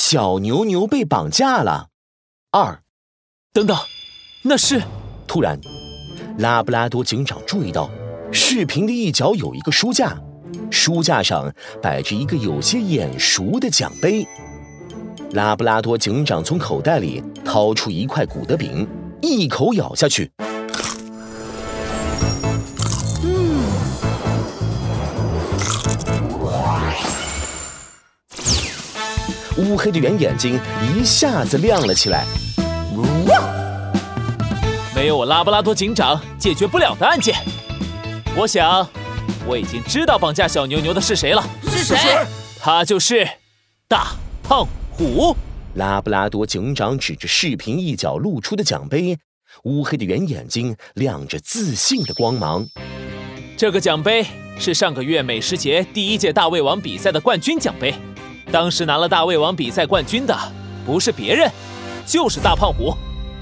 小牛牛被绑架了。2， 等等，那是…… 突然，拉布拉多警长注意到视频的一角有一个书架，书架上摆着一个有些眼熟的奖杯。拉布拉多警长从口袋里掏出一块古德饼，一口咬下去。乌黑的圆眼睛一下子亮了起来。 没有我拉布拉多警长解决不了的案件。我想，我已经知道绑架小牛牛的是谁了。 是谁？ 他就是大胖虎。 拉布拉多警长指着视频一角露出的奖杯，乌黑的圆眼睛亮着自信的光芒。 这个奖杯是上个月美食节第1届大胃王比赛的冠军奖杯，当时拿了大胃王比赛冠军的不是别人，就是大胖虎。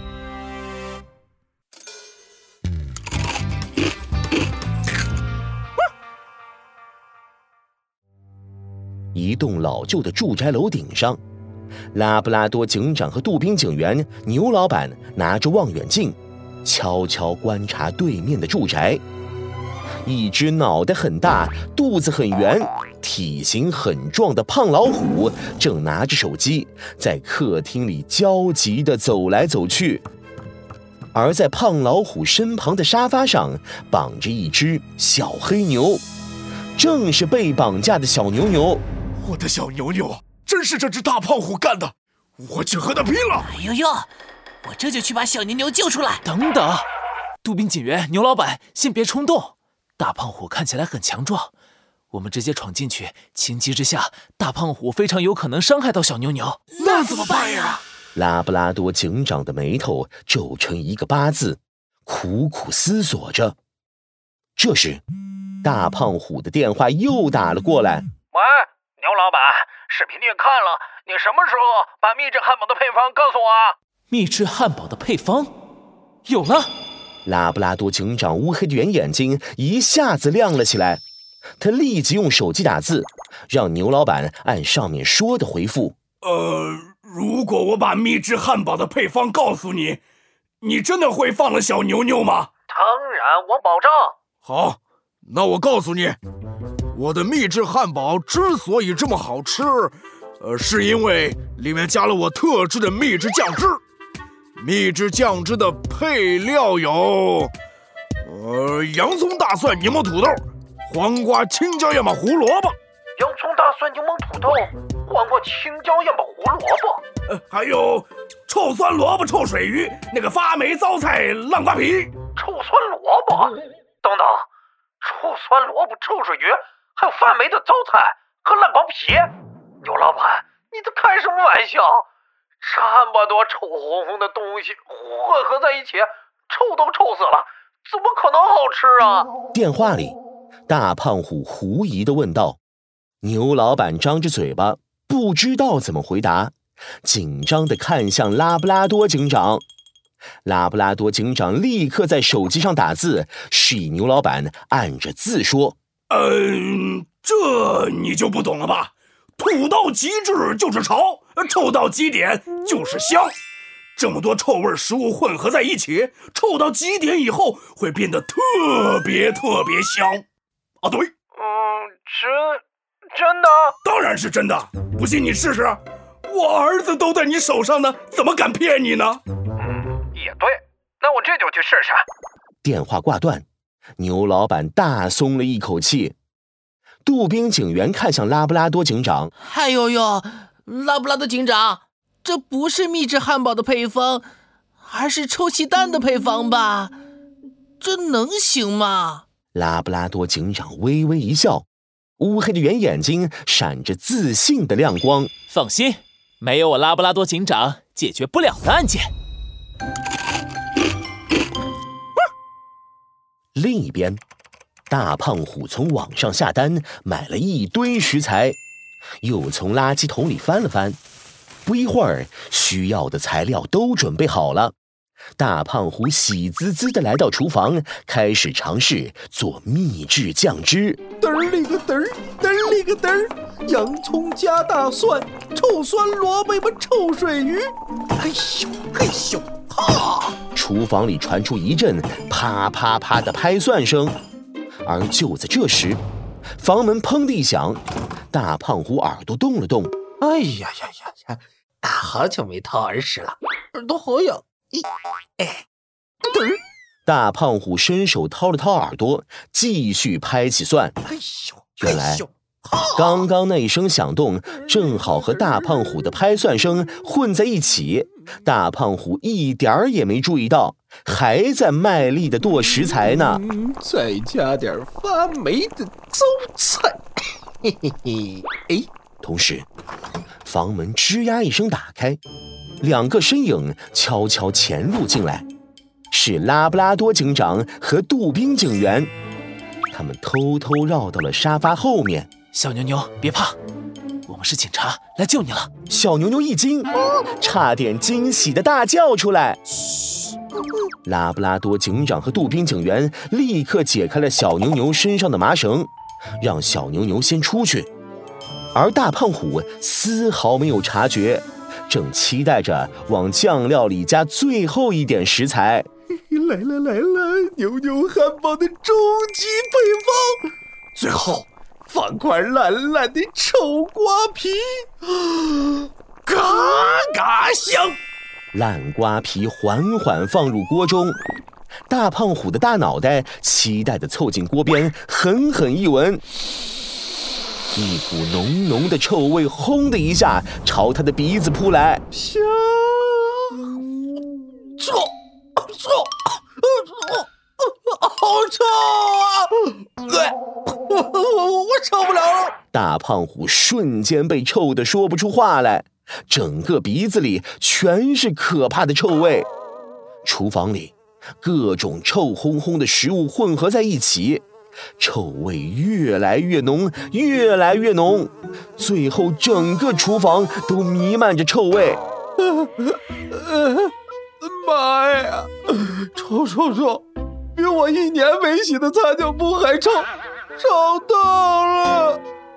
一栋老旧的住宅楼顶上，拉布拉多警长和杜宾警员牛老板拿着望远镜，悄悄观察对面的住宅。一只脑袋很大、肚子很圆、体型很壮的胖老虎正拿着手机在客厅里焦急地走来走去，而在胖老虎身旁的沙发上绑着一只小黑牛，正是被绑架的小牛牛。 我的小牛牛，真是这只大胖虎干的，我去和他拼了！ 哎呦呦，我这就去把小牛牛救出来。 等等，杜宾警员、牛老板，先别冲动。大胖虎看起来很强壮，我们直接闯进去，情急之下，大胖虎非常有可能伤害到小牛牛。 那怎么办呀？ 拉布拉多警长的眉头皱成一个8字，苦苦思索着。这时，大胖虎的电话又打了过来。 喂，牛老板，视频店看了，你什么时候把秘制汉堡的配方告诉我啊？ 秘制汉堡的配方有了。 拉布拉多警长乌黑的圆眼睛一下子亮了起来，他立即用手机打字，让牛老板按上面说的回复。 如果我把秘制汉堡的配方告诉你，你真的会放了小牛牛吗？ 当然，我保证。 好，那我告诉你，我的秘制汉堡之所以这么好吃，是因为里面加了我特制的秘制酱汁。秘制酱汁的配料有，洋葱、大蒜、柠檬、土豆、黄瓜、青椒、燕麦、胡萝卜。 洋葱、大蒜、柠檬、土豆、黄瓜、青椒、燕麦、胡萝卜。 还有臭酸萝卜、臭水鱼，那个发霉糟菜、烂瓜皮。 臭酸萝卜？等等，臭酸萝卜、臭水鱼，还有发霉的糟菜和烂瓜皮。牛老板，你在开什么玩笑？这么多臭烘烘的东西混合在一起，臭都臭死了，怎么可能好吃啊？ 电话里，大胖虎狐疑地问道。牛老板张着嘴巴，不知道怎么回答，紧张地看向拉布拉多警长。拉布拉多警长立刻在手机上打字，示意牛老板按着字说。 这你就不懂了吧？土到极致就是潮，臭到极点就是香。这么多臭味食物混合在一起，臭到极点以后会变得特别香。啊，对， 真的？ 当然是真的，不信你试试。我儿子都在你手上呢，怎么敢骗你呢？ 也对，那我这就去试试。 电话挂断，牛老板大松了一口气。杜宾警员看向拉布拉多警长。 哎呦呦，拉布拉多警长，这不是秘制汉堡的配方，而是臭鸡蛋的配方吧？这能行吗？ 拉布拉多警长微微一笑，乌黑的圆眼睛闪着自信的亮光。 放心，没有我拉布拉多警长解决不了的案件。 另一边，大胖虎从网上下单买了一堆食材，又从垃圾桶里翻了翻。不一会儿，需要的材料都准备好了。大胖虎喜滋滋地来到厨房，开始尝试做秘制酱汁。 嘚儿里个嘚儿，嘚儿里一个嘚儿，洋葱加大蒜，臭酸萝卜们臭水鱼，嘿咻嘿咻哈！ 厨房里传出一阵啪啪啪的拍蒜声，而就在这时，房门砰的一响，大胖虎耳朵动了动。 哎呀呀呀呀！好久没掏耳屎了，耳朵好痒。 大胖虎伸手掏了掏耳朵，继续拍起蒜。原来刚刚那一声响动正好和大胖虎的拍蒜声混在一起，大胖虎一点儿也没注意到，还在卖力地剁食材呢。 再加点发霉的糟菜，嘿嘿嘿！哎， 同时房门吱呀一声打开，两个身影悄悄潜入进来，是拉布拉多警长和杜宾警员。他们偷偷绕到了沙发后面。 小牛牛，别怕，我们是警察，来救你了。 小牛牛一惊，差点惊喜的大叫出来。拉布拉多警长和杜宾警员立刻解开了小牛牛身上的麻绳，让小牛牛先出去。而大胖虎丝毫没有察觉，正期待着往酱料里加最后一点食材。 来了，牛牛汉堡的终极配方，最后放块烂烂的臭瓜皮，嘎嘎香。 烂瓜皮缓缓放入锅中，大胖虎的大脑袋期待地凑近锅边，狠狠一闻，一股浓浓的臭味轰的一下朝他的鼻子扑来。 香，臭，好臭啊！我受不了了！ 大胖虎瞬间被臭得说不出话来，整个鼻子里全是可怕的臭味。厨房里各种臭烘烘的食物混合在一起，臭味越来越浓，越来越浓，最后整个厨房都弥漫着臭味。 妈呀，臭，比我1年没洗的擦脚布还臭，臭透了！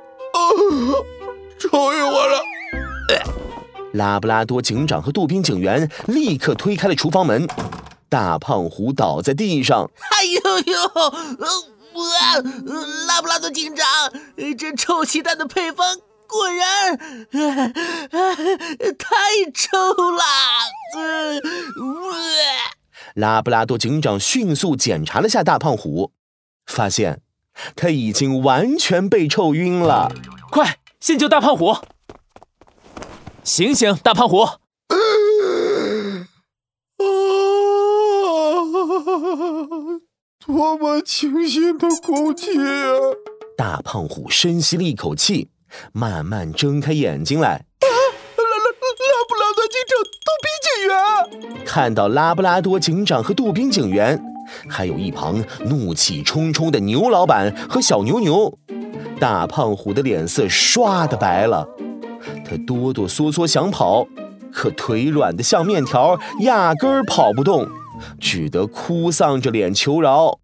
臭晕我了！ 拉布拉多警长和杜宾警员立刻推开了厨房门，大胖虎倒在地上。 哎呦，拉布拉多警长，这臭鸡蛋的配方果然太臭了！ 拉布拉多警长迅速检查了下大胖虎，发现他已经完全被臭晕了。 快，先救大胖虎！醒醒，大胖虎！ 多么清新的空气啊！ 大胖虎深吸了一口气，慢慢睁开眼睛来。 拉布拉多警长、杜宾警员！ 看到拉布拉多警长和杜宾警员，还有一旁怒气冲冲的牛老板和小牛牛，大胖虎的脸色唰的白了。他哆哆嗦嗦想跑，可腿软的像面条，压根儿跑不动，只得哭丧着脸求饶。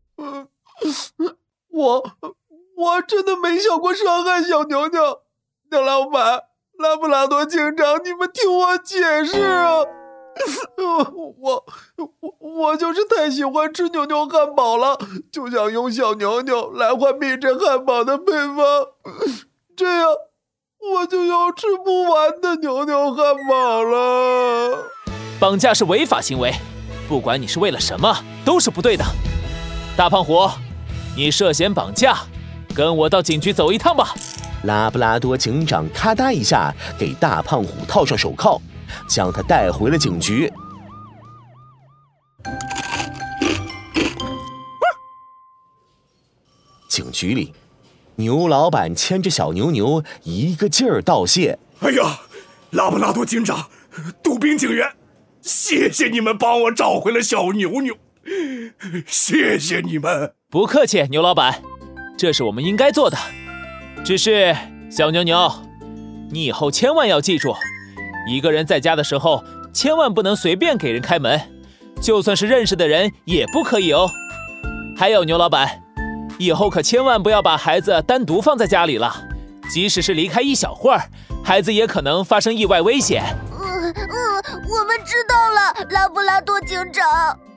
我真的没想过伤害小牛牛，牛老板、拉布拉多警长，你们听我解释啊！我就是太喜欢吃牛牛汉堡了，就想用小牛牛来换秘制汉堡的配方，这样我就有吃不完的牛牛汉堡了。 绑架是违法行为，不管你是为了什么，都是不对的。大胖虎，你涉嫌绑架，跟我到警局走一趟吧。 拉布拉多警长咔嗒一下给大胖虎套上手铐，将他带回了警局。警局里，牛老板牵着小牛牛一个劲儿道谢。 哎呀，拉布拉多警长、杜宾警员，谢谢你们帮我找回了小牛牛，谢谢你们。 不客气，牛老板，这是我们应该做的。只是小牛牛，你以后千万要记住，一个人在家的时候千万不能随便给人开门，就算是认识的人也不可以哦。还有牛老板，以后可千万不要把孩子单独放在家里了， 即使是离开一小会儿，孩子也可能发生意外危险。 我们知道了，拉布拉多警长。